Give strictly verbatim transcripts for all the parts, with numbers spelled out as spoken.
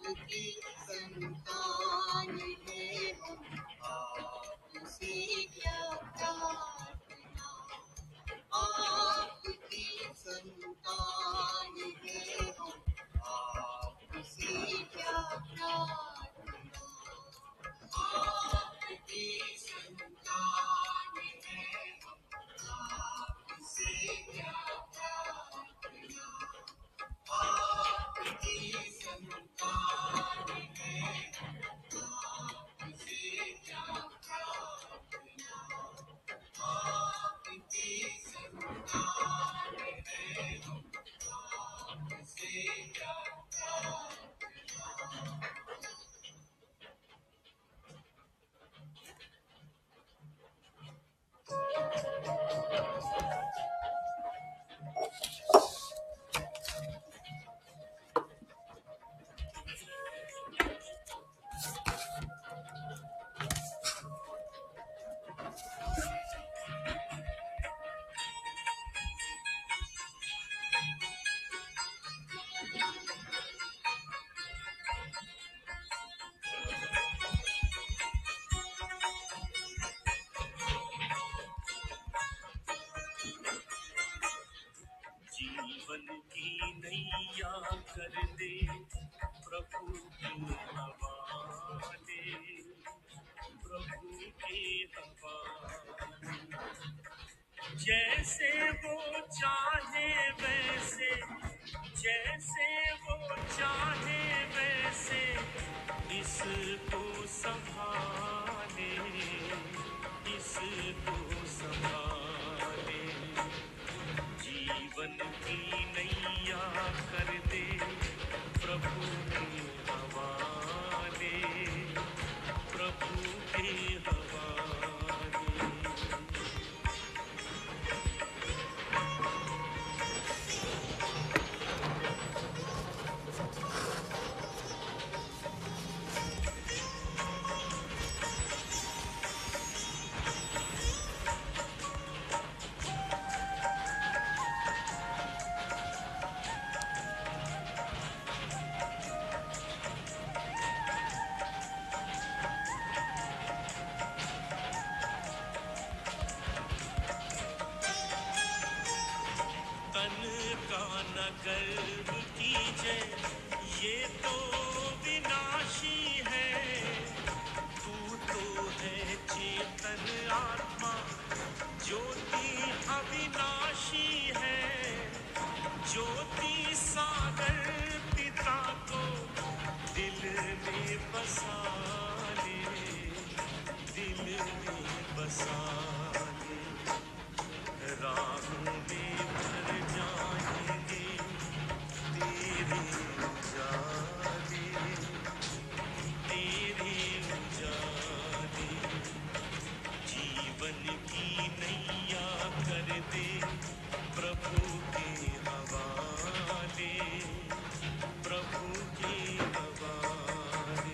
आपकी संतान है हम, आपसे क्या प्रार्थना, आपकी संतान है हम, आपसे क्या प्रार्थना, आपकी संतान है हम, आपसे क्या प्रार्थना, आपकी संतान है आपसे क्या प्रार्थना, आपकी संतान है आपसे क्या जीवन की नैया कर दे प्रभु के हवाले, प्रभु के हवाले, जैसे वो चाहे वैसे, जैसे वो चाहे वैसे इसको संभाले, इसको संभाले, जीवन की नैया कर दे प्रभु के हवाले, प्रभु के हवाले। तन का न गर्व कीजिए, ये तो विनाशी है, तू तो है चेतन आत्मा, ज्योति अविनाशी है, ज्योति सागर पिता को दिल में बसा ले, दिल में बसा ले, राहों में भर जाएंगे तेरे उजाले, तेरे उजाले, जीवन की नैया कर दे प्रभु के हवाले, प्रभु के हवाले।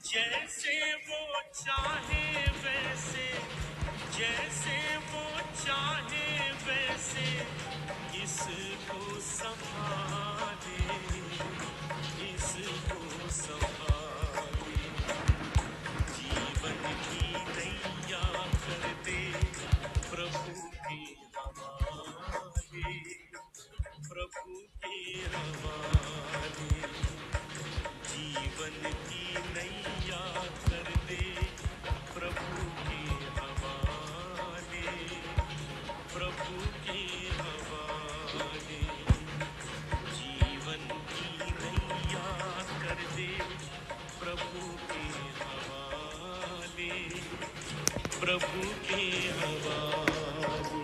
जैसे वो चाहे वैसे, जैसे वो चाहे वैसे इसको संभाले, इसको संभाले। जीवन की नैया कर दे प्रभु के हवाले, प्रभु के हवाले। जीवन की नैया कर दे प्रभु के हवाले, प्रभु के हवाले। जीवन की नैया कर दे प्रभु के हवाले, प्रभु के हवाले।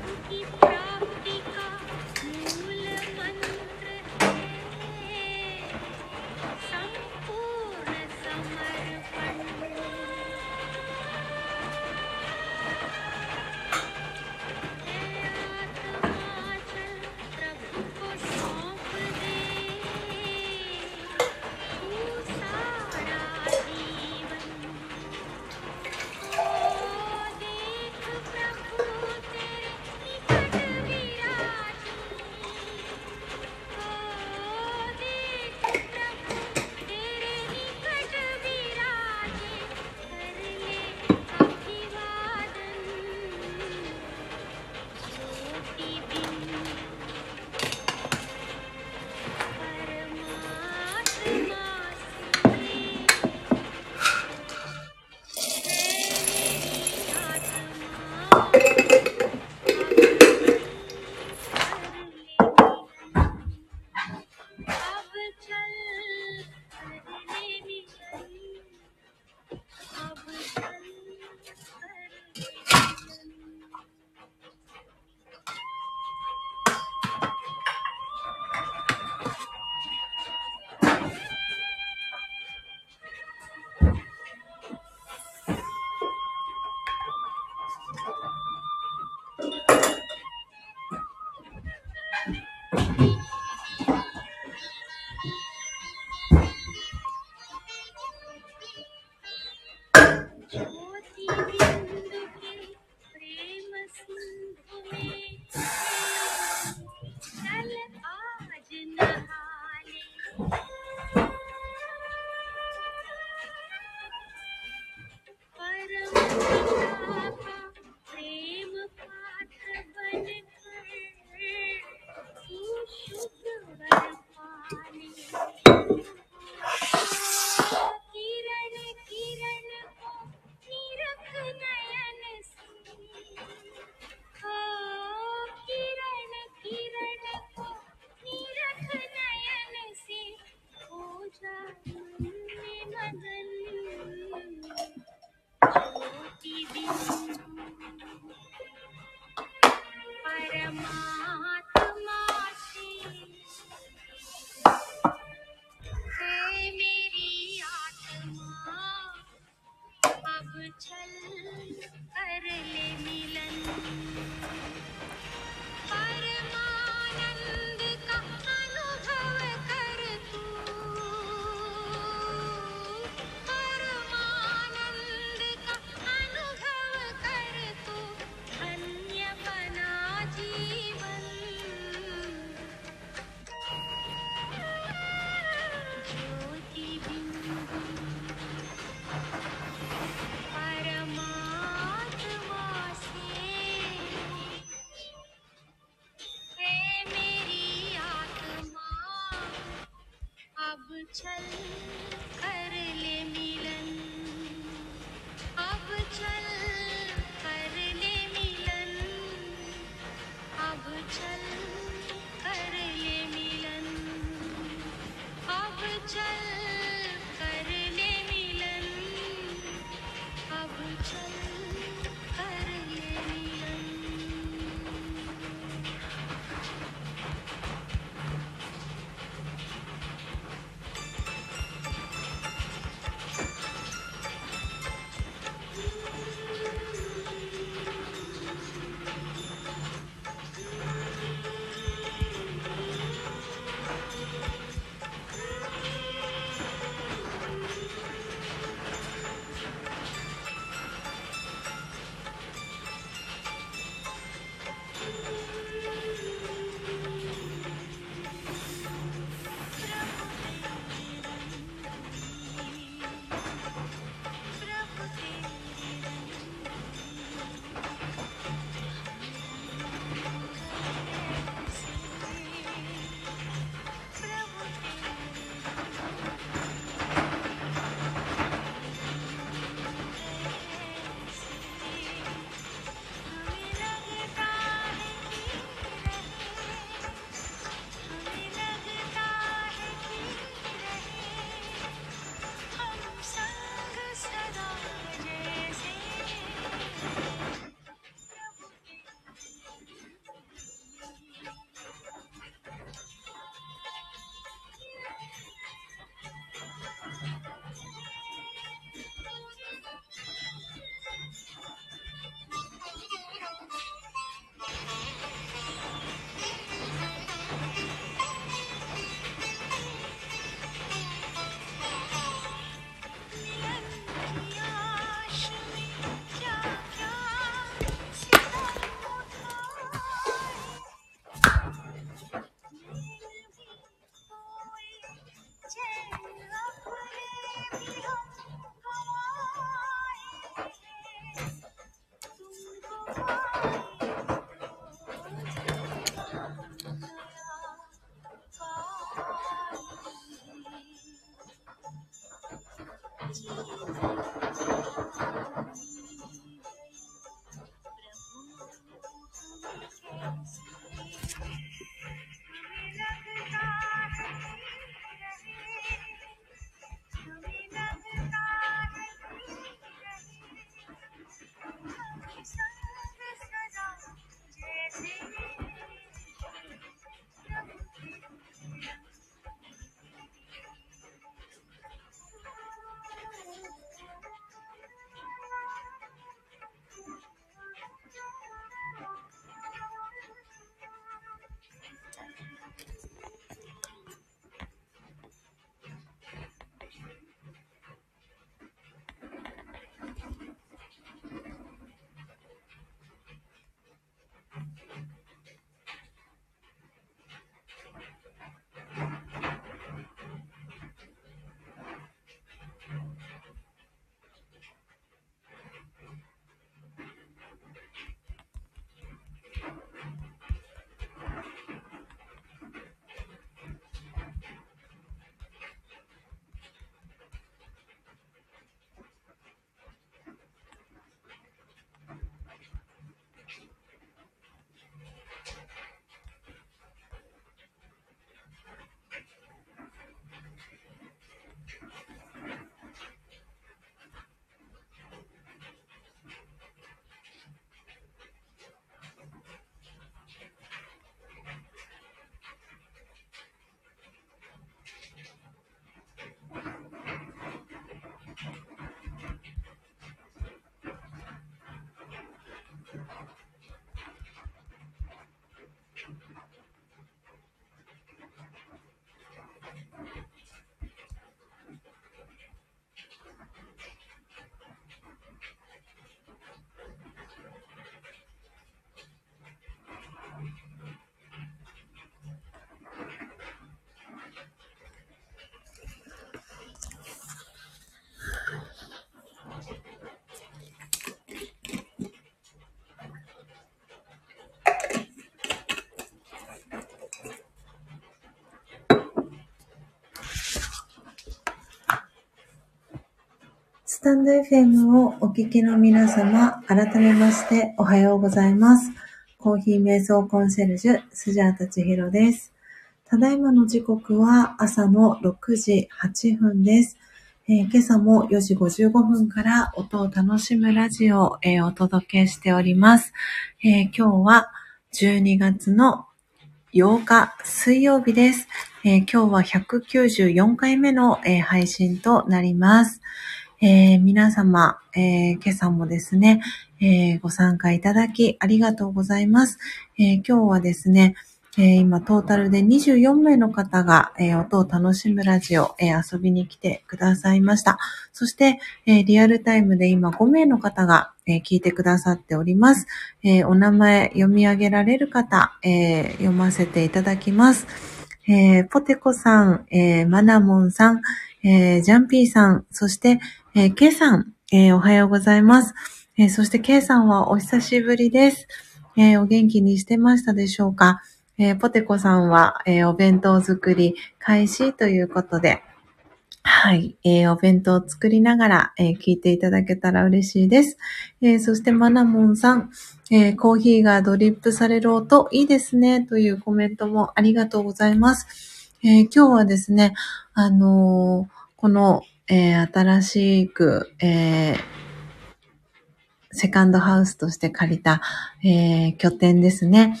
スタンド エフエム をお聞きの皆様、改めましておはようございます。コーヒー瞑想コンシェルジュ、スジャータ千尋です。ただいまの時刻は朝のろくじはっぷんです。えー、今朝もよじごじゅうごふんから音を楽しむラジオを、えー、お届けしております。えー、今日はじゅうにがつのようか水曜日です。えー、今日はひゃくきゅうじゅうよんかいめの、えー、配信となります。えー、皆様、えー、今朝もですね、えー、ご参加いただきありがとうございます。えー、今日はですね、えー、今トータルでにじゅうよんめいの方が、えー、音を楽しむラジオ、えー、遊びに来てくださいました。そして、えー、リアルタイムで今ごめいの方が、えー、聞いてくださっております。えー、お名前読み上げられる方、えー、読ませていただきます。えー、ポテコさん、えー、マナモンさん、えー、ジャンピーさん、そして、えー、ケイさん、えー、おはようございます。えー、そしてケイさんはお久しぶりです。えー、お元気にしてましたでしょうか。えー、ポテコさんは、えー、お弁当作り開始ということで、はい、えー、お弁当を作りながら、えー、聞いていただけたら嬉しいです。えー、そしてマナモンさん、えー、コーヒーがドリップされる音いいですねというコメントもありがとうございます。えー、今日はですね、あのー、この、えー、新しく、えー、セカンドハウスとして借りた、えー、拠点ですね。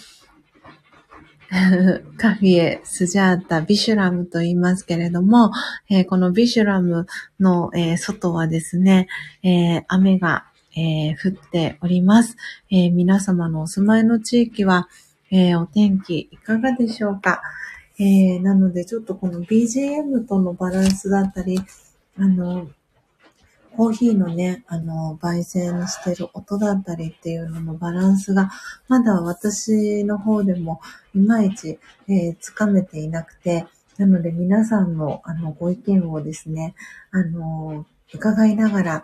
カフィエ、スジャータ、ビシュラムと言いますけれども、えー、このビシュラムの、えー、外はですね、えー、雨が、えー、降っております。えー、皆様のお住まいの地域は、えー、お天気いかがでしょうか。えー、なのでちょっとこの ビージーエム とのバランスだったり、あの、コーヒーのね、あの、焙煎してる音だったりっていうののバランスが、まだ私の方でもいまいち、えー、つかめていなくて、なので皆さんのあのご意見をですね、あの、伺いながら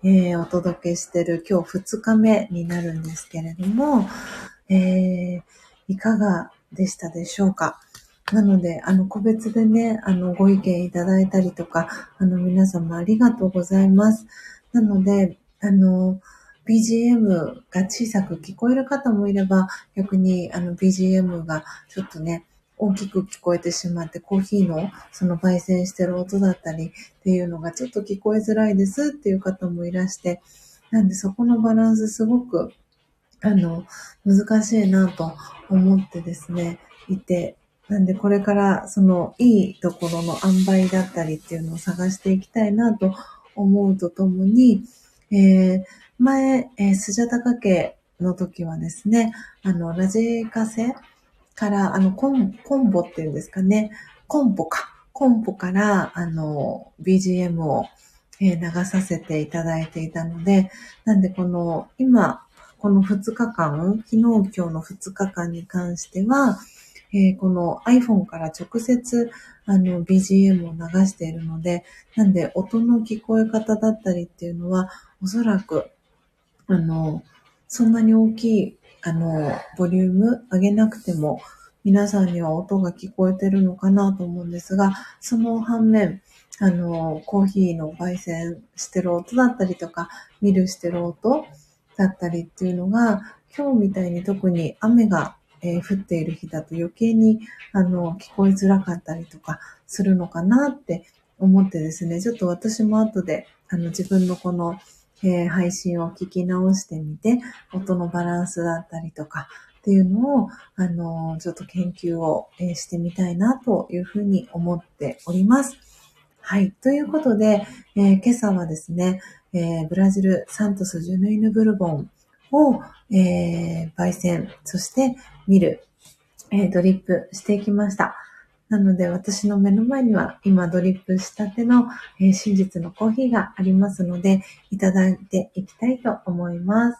えー、お届けしている今日ふつかめになるんですけれども、えー、いかがでしたでしょうか。なので、あの、個別でね、あの、ご意見いただいたりとか、あの、皆様ありがとうございます。なので、あの、ビージーエム が小さく聞こえる方もいれば、逆に、あの、ビージーエム がちょっとね、大きく聞こえてしまって、コーヒーのその焙煎してる音だったりっていうのがちょっと聞こえづらいですっていう方もいらして、なんでそこのバランスすごく、あの、難しいなと思ってですね、いて、なんでこれからそのいいところの塩梅だったりっていうのを探していきたいなと思うとともに、えー、前、えー、スジャタカ家の時はですね、あの、ラジカセから、あの、コン、コンボっていうんですかね、コンポか。コンポから、あの、ビージーエム を、えー流させていただいていたので、なんでこの、今、このふつかかん、昨日今日のふつかかんに関しては、えーこの iPhone から直接あの ビージーエム を流しているので、なんで音の聞こえ方だったりっていうのは、おそらく、あの、そんなに大きい、あの、ボリューム上げなくても、皆さんには音が聞こえてるのかなと思うんですが、その反面、あの、コーヒーの焙煎してる音だったりとか、ミルしてる音だったりっていうのが、今日みたいに特に雨が、えー降っている日だと余計に、あの、聞こえづらかったりとかするのかなって思ってですね、ちょっと私も後で、あの、自分のこの、えー配信を聞き直してみて、音のバランスだったりとかっていうのを、あの、ちょっと研究を、えーしてみたいなというふうに思っております。はい。ということで、えー今朝はですね、えーブラジルサントスジュヌイヌブルボンを、えー焙煎、そして見る、えードリップしていきました。なので私の目の前には今ドリップしたての、えー真実のコーヒーがありますので、いただいていきたいと思います。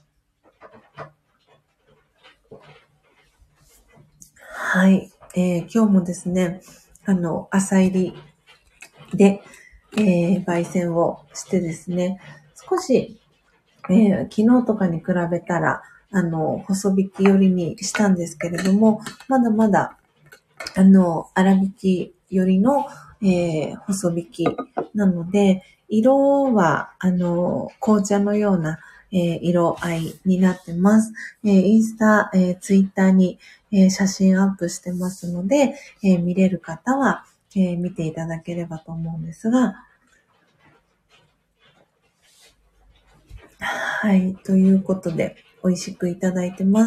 はい。えー今日もですね、あの、朝入りで、えー焙煎をしてですね、少し、えー昨日とかに比べたら、あの、細引き寄りにしたんですけれども、まだまだあの、粗挽きよりの、えー細引きなので、色は、あの、紅茶のような、えー色合いになってます。えーインスタ、えーツイッターに、えー写真アップしてますので、えー見れる方は、えー見ていただければと思うんですが、はい、ということで、美味しくいただいてます。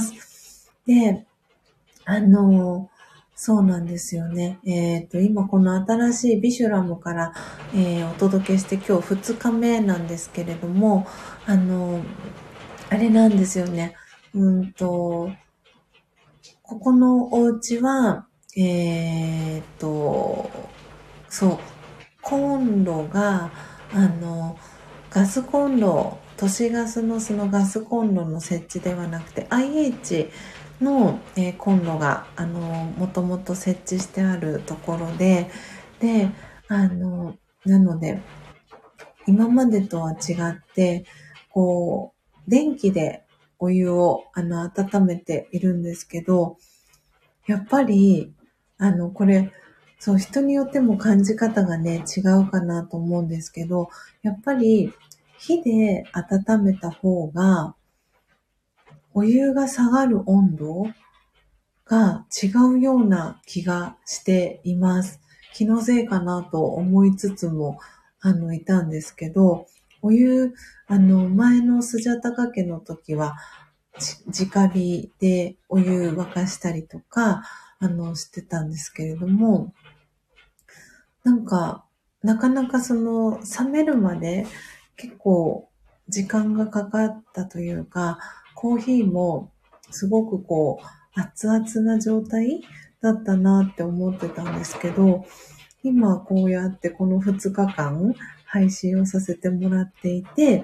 で、あの、そうなんですよね。えっと、今この新しいビシュラムから、えーお届けして今日ふつかめなんですけれども、あの、あれなんですよね。うんと、ここのお家は、えっと、そう、コンロが、あの、ガスコンロ、都市ガスのそのガスコンロの設置ではなくて、アイエイチ の、えーコンロが、あの、もともと設置してあるところで、で、あの、なので、今までとは違って、こう、電気でお湯を、あの、温めているんですけど、やっぱり、あの、これ、そう、人によっても感じ方がね、違うかなと思うんですけど、やっぱり、火で温めた方が、お湯が下がる温度が違うような気がしています。気のせいかなと思いつつも、あの、いたんですけど、お湯、あの、前のスジャタカ家の時は、じ直火でお湯沸かしたりとか、あの、してたんですけれども、なんか、なかなかその、冷めるまで結構時間がかかったというか、コーヒーもすごくこう、熱々な状態だったなって思ってたんですけど、今こうやってこのふつかかん配信をさせてもらっていて、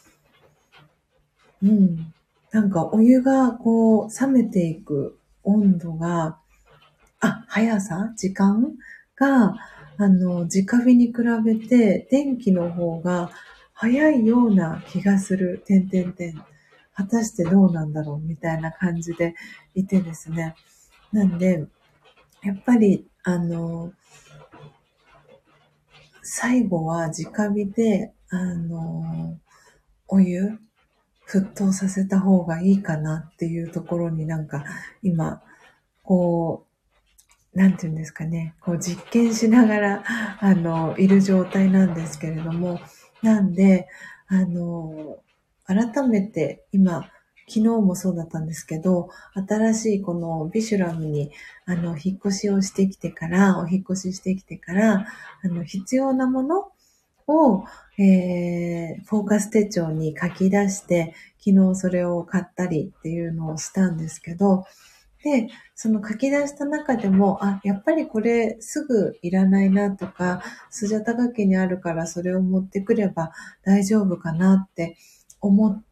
うん。なんかお湯がこう冷めていく温度が、あ、速さ時間が、あの、直火に比べて電気の方が早いような気がする、てんてんてん。果たしてどうなんだろうみたいな感じでいてですね。なんで、やっぱり、あの、最後は直火で、あの、お湯、沸騰させた方がいいかなっていうところになんか今、こう、なんていうんですかね、こう実験しながら、あの、いる状態なんですけれども、なんで、あの、改めて今、昨日もそうだったんですけど、新しいこのビシュラムに、あの、引っ越しをしてきてから、お引っ越ししてきてから、あの、必要なものを、えー、フォーカス手帳に書き出して、昨日それを買ったりっていうのをしたんですけど、で、その書き出した中でも、あ、やっぱりこれすぐいらないなとか、スジャタカ家にあるからそれを持ってくれば大丈夫かなって思って、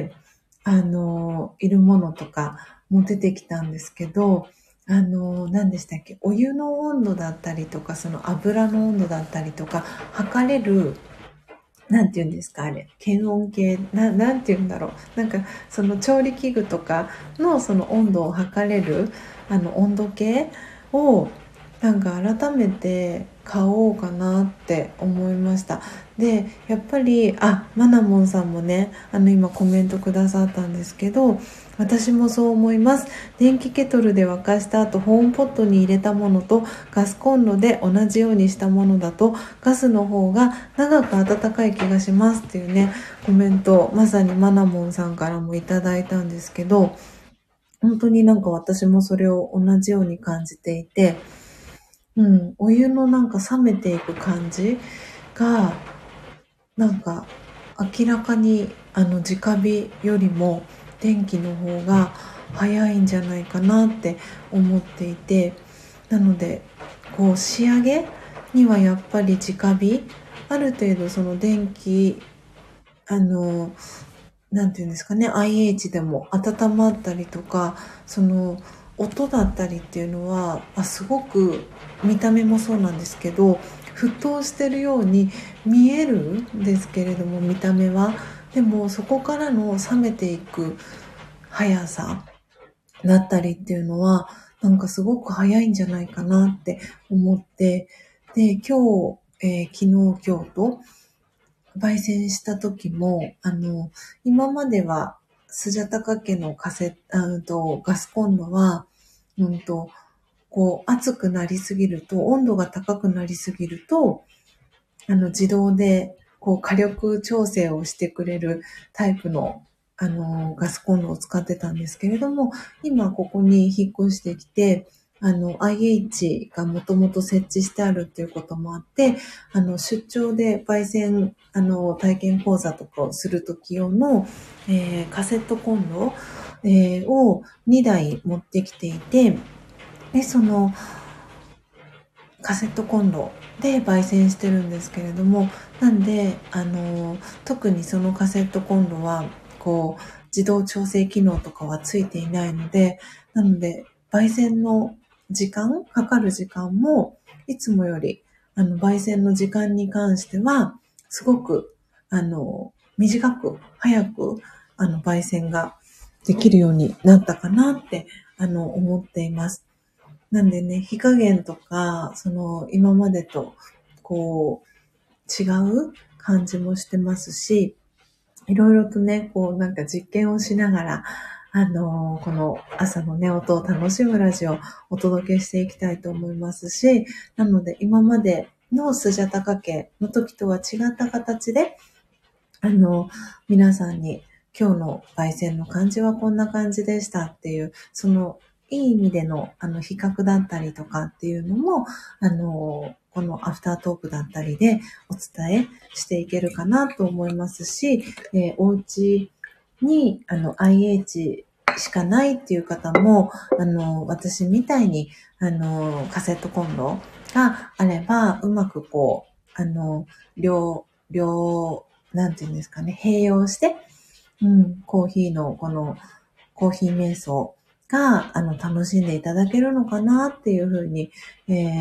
あの、いるものとかも出てきたんですけど、あの、何でしたっけ、お湯の温度だったりとか、その油の温度だったりとか、測れる、なんて言うんですか、あれ。検温計、な、なんて言うんだろう。なんか、その調理器具とかのその温度を測れる、あの、温度計を、なんか改めて買おうかなって思いました。で、やっぱり、あ、マナモンさんもね、あの、今コメントくださったんですけど、私もそう思います。電気ケトルで沸かした後、保温ポットに入れたものとガスコンロで同じようにしたものだと、ガスの方が長く温かい気がしますっていうね、コメント、まさにマナモンさんからもいただいたんですけど、本当になんか私もそれを同じように感じていて、うん、お湯のなんか冷めていく感じが、なんか明らかにあの直火よりも電気の方が早いんじゃないかなって思っていて、なのでこう仕上げにはやっぱり直火、ある程度その電気、あのなんていうんですかね、アイエイチ でも温まったりとか、その音だったりっていうのは、あ、すごく見た目もそうなんですけど、沸騰してるように見えるんですけれども、見た目は。でもそこからの冷めていく速さだったりっていうのは、なんかすごく早いんじゃないかなって思って、で、今日、えー昨日、今日と、焙煎した時も、あの、今までは、スジャタカ家のカセ、あうんと、ガスコンロは、うんと、こう、熱くなりすぎると、温度が高くなりすぎると、あの、自動で、こう、火力調整をしてくれるタイプの、あの、ガスコンロを使ってたんですけれども、今ここに引っ越してきて、あの、アイエイチ がもともと設置してあるっていうこともあって、あの、出張で焙煎、あの、体験講座とかをするとき用の、えーカセットコンロ、えーをにだい持ってきていて、で、その、カセットコンロで焙煎してるんですけれども、なんで、あの、特にそのカセットコンロは、こう、自動調整機能とかはついていないので、なので、焙煎の時間、かかる時間も、いつもより、あの、焙煎の時間に関しては、すごく、あの、短く、早く、あの、焙煎ができるようになったかなって、あの、思っています。なんでね、火加減とか、その、今までと、こう、違う感じもしてますし、いろいろとね、こう、なんか実験をしながら、あのーこの朝のね、音を楽しむラジオをお届けしていきたいと思いますし、なので、今までのスジャタカ家の時とは違った形で、あの、皆さんに今日の焙煎の感じはこんな感じでしたっていう、そのいい意味でのあの比較だったりとかっていうのも、あの、このアフタートークだったりでお伝えしていけるかなと思いますし、えーお家にあの アイエイチ しかないっていう方も、あの、私みたいに、あの、カセットコンロがあれば、うまくこう、あの、両、両、なんていうんですかね、併用して、うん、コーヒーのこのコーヒー瞑想が、あの、楽しんでいただけるのかなっていうふうに、えー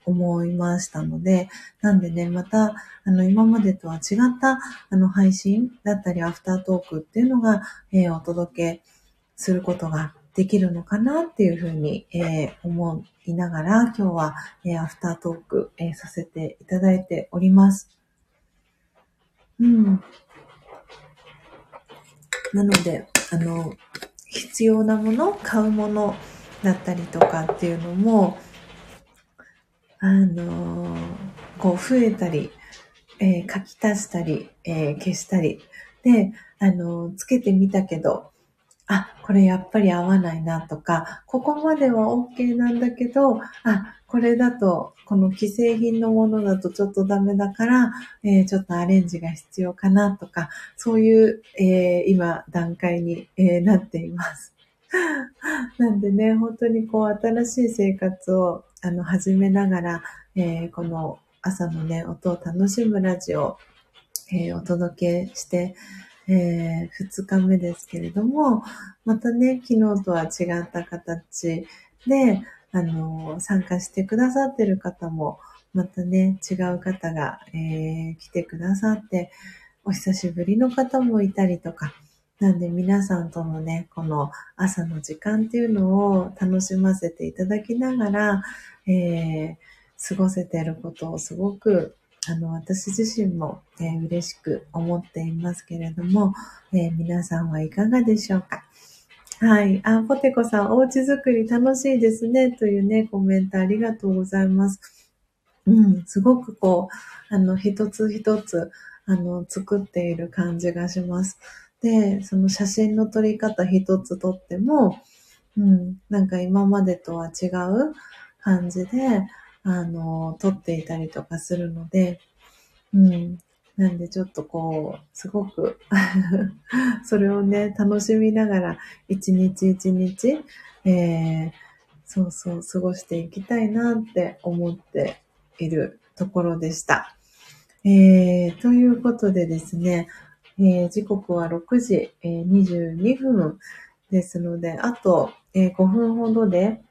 思いましたので、なんでね、また、あの、今までとは違った、あの、配信だったり、アフタートークっていうのが、えーお届けすることができるのかなっていうふうに、えー思いながら、今日は、えーアフタートーク、えーさせていただいております。うん。なので、あの、必要なもの、買うものだったりとかっていうのも、あの、こう増えたり、えー書き足したり、えー消したり。で、あの、つけてみたけど、あ、これやっぱり合わないなとか、ここまでは OK なんだけど、あ、これだと、この既製品のものだとちょっとダメだから、えーちょっとアレンジが必要かなとか、そういう、えー今、段階に、えーなっています。なんでね、本当にこう、新しい生活を、あの、始めながら、えーこの朝のね、音を楽しむラジオ、えーお届けして、えー、ふつかめですけれども、またね、昨日とは違った形で、あの、参加してくださってる方も、またね、違う方が、えー来てくださって、お久しぶりの方もいたりとか、なんで皆さんとのね、この朝の時間っていうのを楽しませていただきながら、えー過ごせていることをすごくあの、私自身も、えー嬉しく思っていますけれども、えー皆さんはいかがでしょうか。はい。あ、ポテコさん、おうち作り楽しいですね。というね、コメントありがとうございます。うん、すごくこう、あの、一つ一つ、あの、作っている感じがします。で、その写真の撮り方一つ撮っても、うん、なんか今までとは違う感じで、あの、撮っていたりとかするので、うん。なんでちょっとこう、すごくそれをね、楽しみながら、一日一日、えー、そうそう、過ごしていきたいなって思っているところでした。えー、ということでですね、えー、時刻はろくじ、えー、にじゅうにふんですので、あと、えー、ごふんほどで、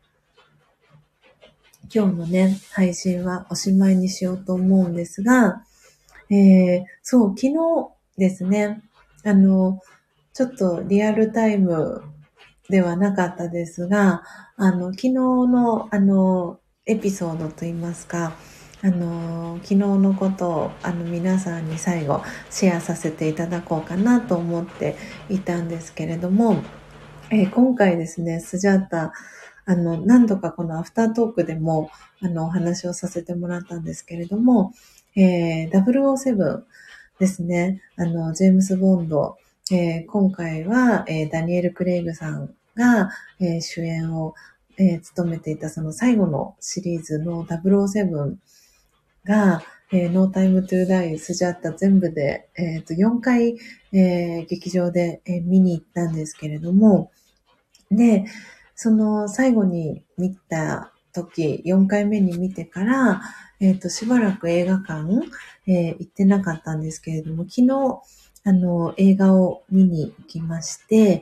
今日のね、配信はおしまいにしようと思うんですが、えー、そう、昨日ですね、あの、ちょっとリアルタイムではなかったですが、あの、昨日の、あの、エピソードといいますか、あの、昨日のことを、あの、皆さんに最後シェアさせていただこうかなと思っていたんですけれども、えー今回ですね、スジャータ、あの、何度かこのアフタートークでも、あの、お話をさせてもらったんですけれども、えー、ダブルオーセブンですね、あの、ジェームス・ボンド、えー今回は、えーダニエル・クレイグさんが、えー主演を、えー務めていたその最後のシリーズのダブルオーセブンが、えー、ノータイムトゥーダイ、スジャータ全部で、えーと、よんかい、えー劇場で、えー見に行ったんですけれども、で、その最後に見た時、よんかいめに見てから、えっ、と、しばらく映画館、えー行ってなかったんですけれども、昨日、あの、映画を見に行きまして、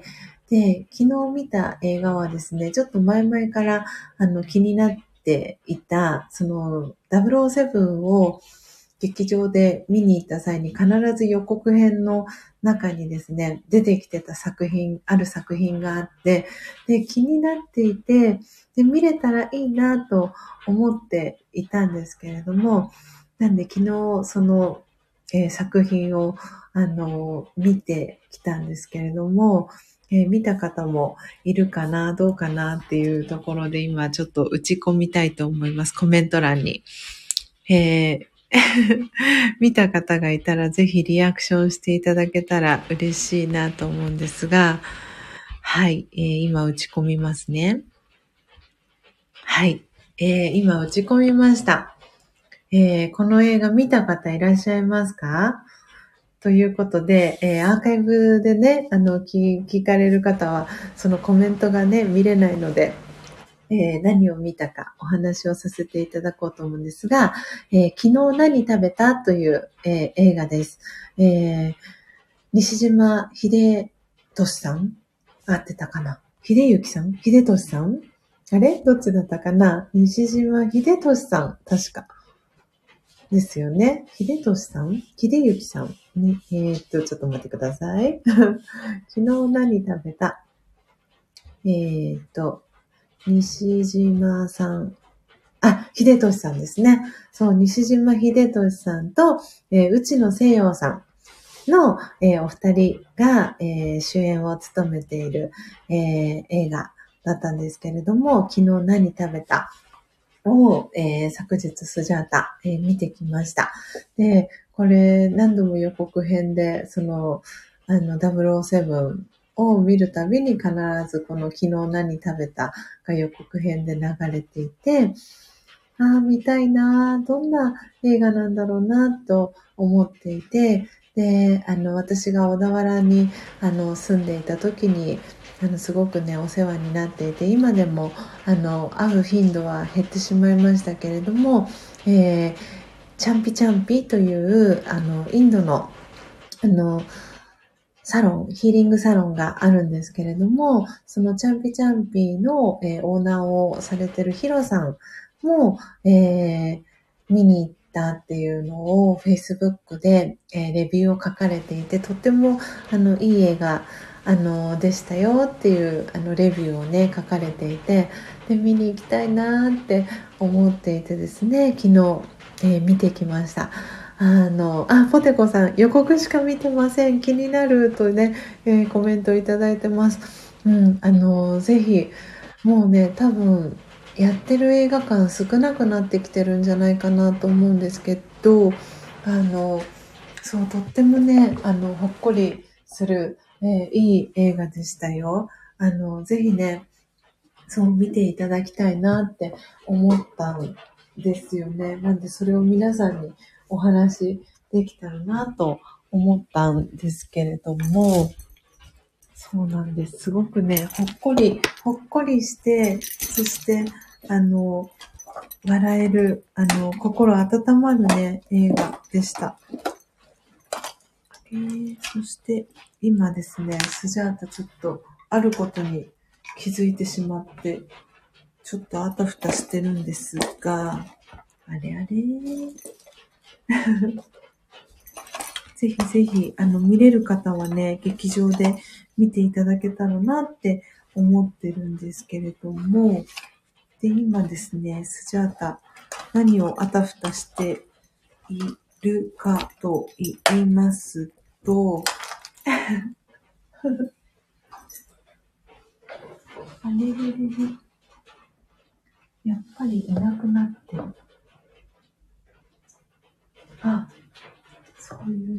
で、昨日見た映画はですね、ちょっと前々から、あの、気になっていた、その、ダブルオーセブンを劇場で見に行った際に必ず予告編の中にですね、出てきてた作品、ある作品があって、で、気になっていて、で、見れたらいいなと思っていたんですけれども、なんで昨日その、えー作品を、あの、見てきたんですけれども、えー見た方もいるかな、どうかなっていうところで今ちょっと打ち込みたいと思います。コメント欄に。えー見た方がいたらぜひリアクションしていただけたら嬉しいなと思うんですが、はい、えー今打ち込みますね。はい、えー今打ち込みました。えーこの映画見た方いらっしゃいますか？ということで、えーアーカイブでね、あの、聞聞かれる方は、そのコメントがね、見れないので、えー何を見たかお話をさせていただこうと思うんですが、えー昨日何食べたという、えー映画です。えー西島秀俊さん合ってたかな秀幸さん秀俊さんあれどっちだったかな？西島秀俊さん、確か。ですよね。秀俊さん秀幸さん、ね、えー、っと、ちょっと待ってください。昨日何食べた？えー、っと、西島さん。あ、秀俊さんですね。そう、西島秀俊さんと、えー、内野聖陽さんの、えー、お二人が、えー、主演を務めている、えー、映画だったんですけれども、昨日何食べた？を、えー、昨日スジャータ、えー、見てきました。で、これ何度も予告編で、その、あの、ダブルオーセブンを見るたびに必ずこの昨日何食べたが予告編で流れていて、ああ、見たいな、どんな映画なんだろうな、と思っていて、で、あの、私が小田原に、あの、住んでいた時に、あの、すごくね、お世話になっていて、今でも、あの、会う頻度は減ってしまいましたけれども、えー、チャンピチャンピという、あの、インドの、あの、サロン、ヒーリングサロンがあるんですけれども、そのチャンピチャンピの、えー、オーナーをされてるヒロさんも、えー、見に行ったっていうのを Facebook で、えー、レビューを書かれていて、とってもあのいい映画あのでしたよっていうあのレビューをね書かれていて、で見に行きたいなって思っていてですね、昨日、えー、見てきました。あの、あ、ポテコさん、予告しか見てません。気になるとね、えーコメントいただいてます。うん、あの、ぜひ、もうね、多分、やってる映画館少なくなってきてるんじゃないかなと思うんですけど、あの、そう、とってもね、あの、ほっこりする、えーいい映画でしたよ。あの、ぜひね、そう見ていただきたいなって思ったんですよね。なんでそれを皆さんにお話できたらなと思ったんですけれども、そうなんです。すごくね、ほっこり、ほっこりして、そして、あの、笑える、あの、心温まるね、映画でした。えー、そして、今ですね、スジャータちょっと、あることに気づいてしまって、ちょっとあたふたしてるんですが、あれあれぜひぜひ、あの、見れる方はね、劇場で見ていただけたらなって思ってるんですけれども、で、今ですね、スジャータ、何をあたふたしているかと言いますと、あれれれれ、やっぱりいなくなってる。あ、そういう、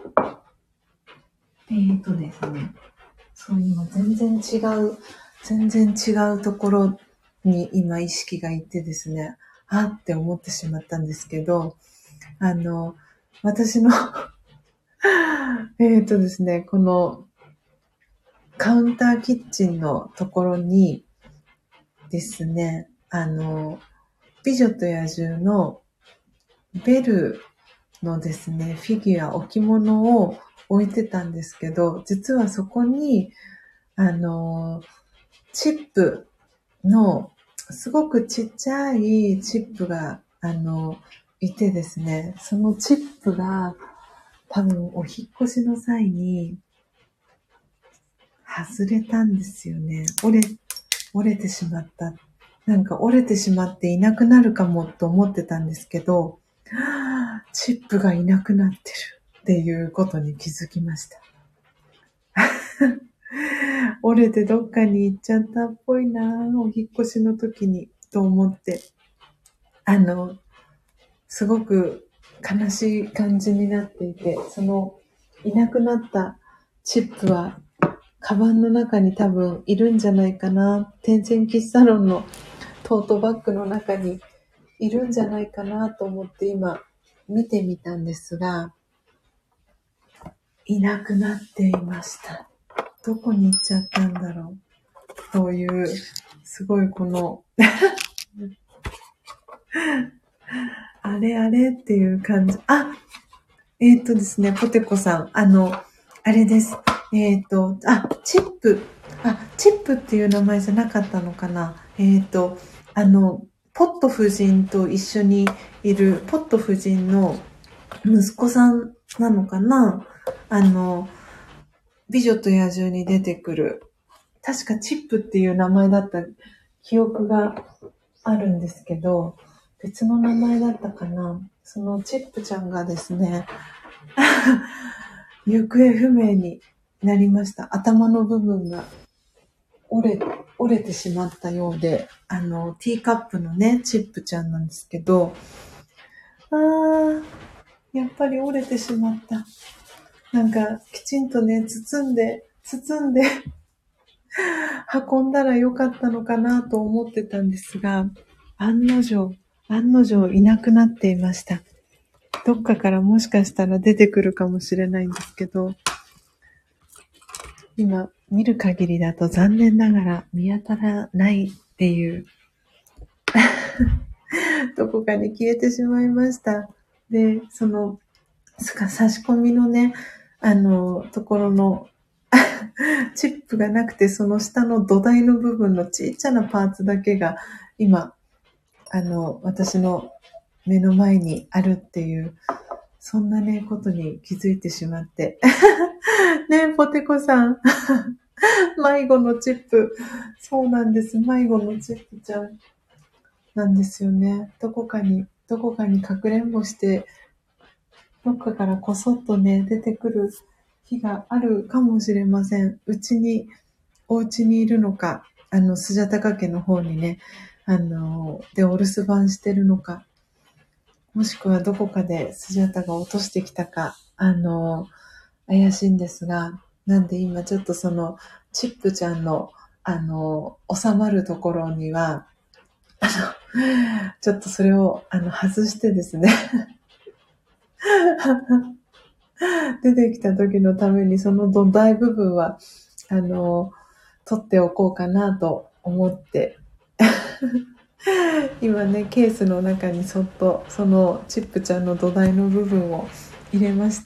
えーとですね、そう今全然違う、全然違うところに今意識がいってですね、あって思ってしまったんですけど、あの、私のえっとですね、このカウンターキッチンのところにですね、あの、美女と野獣のベルのですね、フィギュア、置物を置いてたんですけど、実はそこに、あの、チップの、すごくちっちゃいチップが、あの、いてですね、そのチップが多分お引っ越しの際に外れたんですよね。折れ、折れてしまった。なんか折れてしまっていなくなるかもと思ってたんですけど、チップがいなくなってるっていうことに気づきました。折れてどっかに行っちゃったっぽいな、お引っ越しの時にと思って、あの、すごく悲しい感じになっていて、そのいなくなったチップはカバンの中に多分いるんじゃないかな。天然喫茶ロンのトートバッグの中にいるんじゃないかなと思って今見てみたんですが、いなくなっていました。どこに行っちゃったんだろう。そういう、すごいこの、あれあれっていう感じ。あ、えーっとですね、ポテコさん、あの、あれです。えーっと、あ、チップ。 あ、チップっていう名前じゃなかったのかな。えっと、あの、ポット夫人と一緒にいる、ポット夫人の息子さんなのかな。あの、美女と野獣に出てくる、確かチップっていう名前だった記憶があるんですけど、別の名前だったかな。そのチップちゃんがですね、行方不明になりました。頭の部分が折れ、折れてしまったようで、あの、ティーカップのね、チップちゃんなんですけど、あー、やっぱり折れてしまった。なんか、きちんとね、包んで、包んで、運んだらよかったのかなと思ってたんですが、案の定、案の定いなくなっていました。どっかからもしかしたら出てくるかもしれないんですけど、今見る限りだと残念ながら見当たらないっていう、どこかに消えてしまいました。で、その、差し込みのね、あの、ところの、チップがなくて、その下の土台の部分のちっちゃなパーツだけが、今、あの、私の目の前にあるっていう、そんなね、ことに気づいてしまって。ねえ、ポテコさん。迷子のチップ。そうなんです。迷子のチップちゃんなんですよね。どこかに、どこかにかくれんぼして、どっかからこそっとね、出てくる日があるかもしれません。うちに、お家にいるのか、あの、スジャタカ家の方にね、あの、で、お留守番してるのか、もしくはどこかでスジャタが落としてきたか、あの、怪しいんですが、なんで今ちょっとその、チップちゃんの、あの、収まるところには、あの、ちょっとそれを、あの、外してですね、出てきた時のためにその土台部分は、あの、取っておこうかなと思って、今ね、ケースの中にそっとそのチップちゃんの土台の部分を入れました。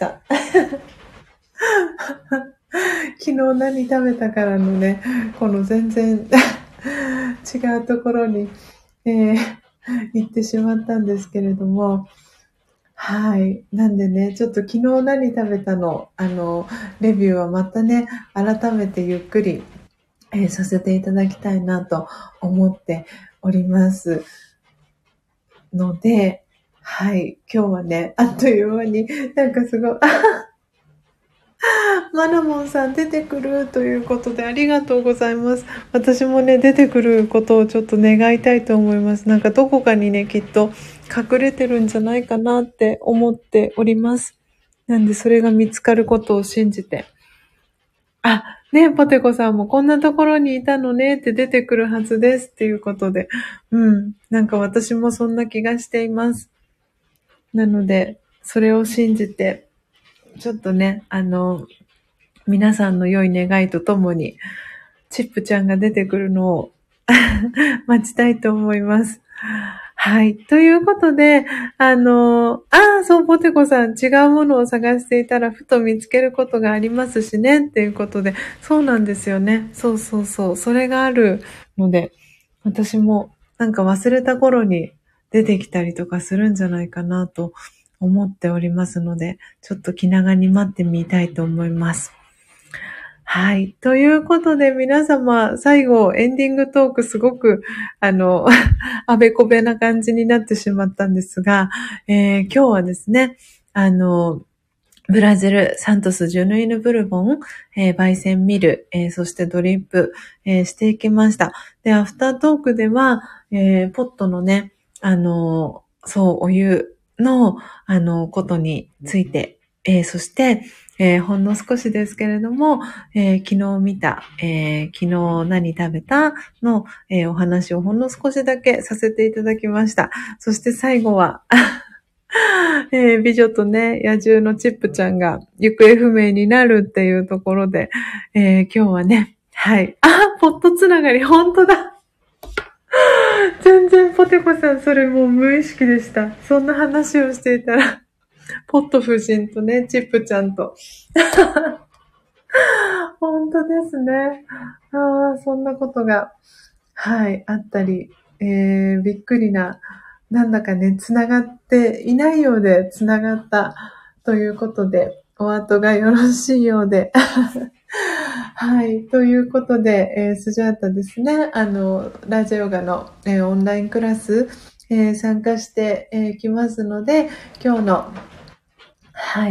昨日何食べたからのね、この全然違うところに、えー、行ってしまったんですけれども、はい。なんでね、ちょっと昨日何食べたの、あの、レビューはまたね、改めてゆっくり、えーさせていただきたいなと思っておりますので、はい。今日はね、あっという間に、なんかすごい、マナモンさん出てくるということでありがとうございます。私もね、出てくることをちょっと願いたいと思います。なんかどこかにね、きっと隠れてるんじゃないかなって思っております。なんでそれが見つかることを信じて。あ、ね、ポテコさんもこんなところにいたのねって出てくるはずですっていうことで。うん。なんか私もそんな気がしています。なので、それを信じて、ちょっとね、あの、皆さんの良い願いとともに、チップちゃんが出てくるのを待ちたいと思います。はい。ということで、あの、ああ、そう、ポテコさん、違うものを探していたら、ふと見つけることがありますしね、っていうことで、そうなんですよね。そうそうそう。それがあるので、私も、なんか忘れた頃に出てきたりとかするんじゃないかなと思っておりますので、ちょっと気長に待ってみたいと思います。はい。ということで皆様、最後、エンディングトークすごく、あの、あべこべな感じになってしまったんですが、えー、今日はですね、あの、ブラジル、サントス・ジュヌイヌ・ブルボン、えー、焙煎ミル、えー、そしてドリップ、えー、していきました。で、アフタートークでは、えー、ポットのね、あの、そう、お湯の、あの、ことについて、えー、そして、えー、ほんの少しですけれども、えー、昨日見た、えー、昨日何食べたの、えー、お話をほんの少しだけさせていただきました。そして最後は、えー、美女とね、野獣のチップちゃんが行方不明になるっていうところで、えー、今日はね、はい。あ、ポットつながり、本当だ。全然ポテコさん、それもう無意識でした。そんな話をしていたら、ポット夫人とね、チップちゃんと、 本当ですね。ああ、そんなことが、はい、あったり、えー、びっくりな、なんだかね、つながっていないようでつながったということで、お後がよろしいようで。はい。ということで、えースジャータですね。あの、ラジオガの、えーオンラインクラス、えー参加してい、えーきますので、今日の、はい。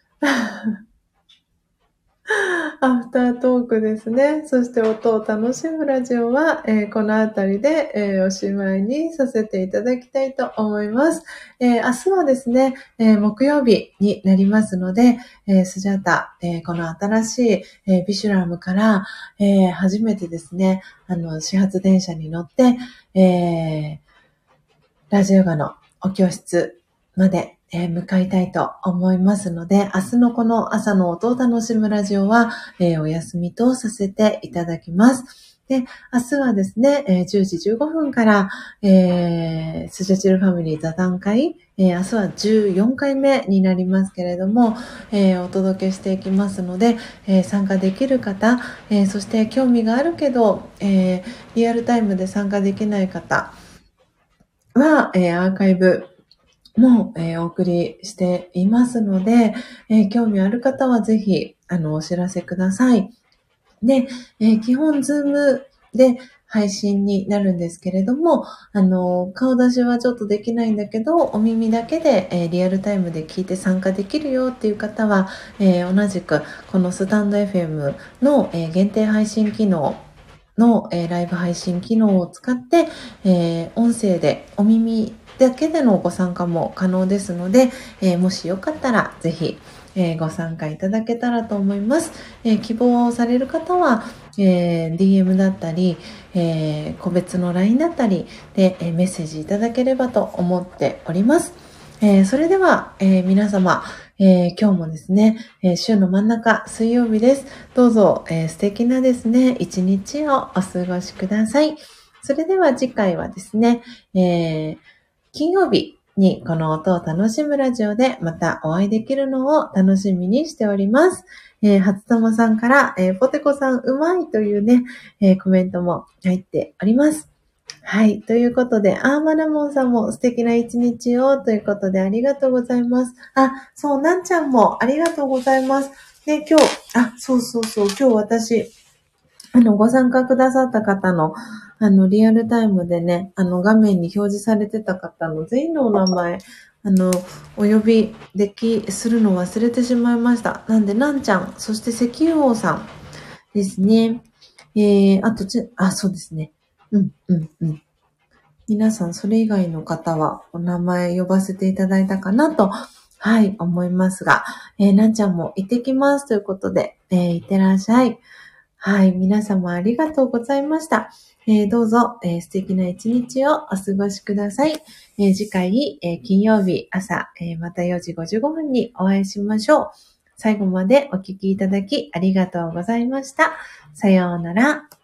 アフタートークですね。そして音を楽しむラジオは、えーこのあたりで、えーおしまいにさせていただきたいと思います。えー明日はですね、えー木曜日になりますので、えースジャータ、えーこの新しい、えービシュラムから、えー初めてですね、あの、始発電車に乗って、えーラジオガのお教室まで、えー向かいたいと思いますので、明日のこの朝の音を楽しむラジオは、えーお休みとさせていただきます。で、明日はですね、えーじゅうじじゅうごふんから、えースジャチルファミリー座談会、えー明日はじゅうよんかいめになりますけれども、えーお届けしていきますので、えー参加できる方、えーそして興味があるけど、えーリアルタイムで参加できない方、は、えーアーカイブも、えーお送りしていますので、えー興味ある方はぜひ、あの、お知らせください。で、えー基本、ズームで配信になるんですけれども、あの、顔出しはちょっとできないんだけど、お耳だけで、えーリアルタイムで聞いて参加できるよっていう方は、えー同じく、このスタンド エフエム の、えー限定配信機能の、えーライブ配信機能を使って、えー音声でお耳だけでのご参加も可能ですので、えーもしよかったらぜひ、えーご参加いただけたらと思います。えー希望される方は、えーディーエム だったり、えー個別の ライン だったりで、えーメッセージいただければと思っております。えーそれでは、えー皆様、えー今日もですね、えー週の真ん中、水曜日です。どうぞ、えー素敵なですね、一日をお過ごしください。それでは次回はですね、えー金曜日にこの音を楽しむラジオでまたお会いできるのを楽しみにしております。えー、初友さんから、えーポテコさんうまいというね、えーコメントも入っております。はい。ということで、アーマナモンさんも素敵な一日をということでありがとうございます。あ、そう、なんちゃんもありがとうございます。で、今日、あ、そうそうそう、今日私、あの、ご参加くださった方の、あの、リアルタイムでね、あの、画面に表示されてた方の全員のお名前、あの、お呼びでき、するの忘れてしまいました。なんで、なんちゃん、そして石油王さんですね。えー、あとち、あ、そうですね。うん、うん、うん。皆さん、それ以外の方は、お名前呼ばせていただいたかなと、はい、思いますが、えー、なんちゃんも行ってきますということで、えー、いってらっしゃい。はい、皆様ありがとうございました。えーどうぞ、えー素敵な一日をお過ごしください。えー次回、えー金曜日朝、えーまたよじごじゅうごふんにお会いしましょう。最後までお聞きいただきありがとうございました。さようなら。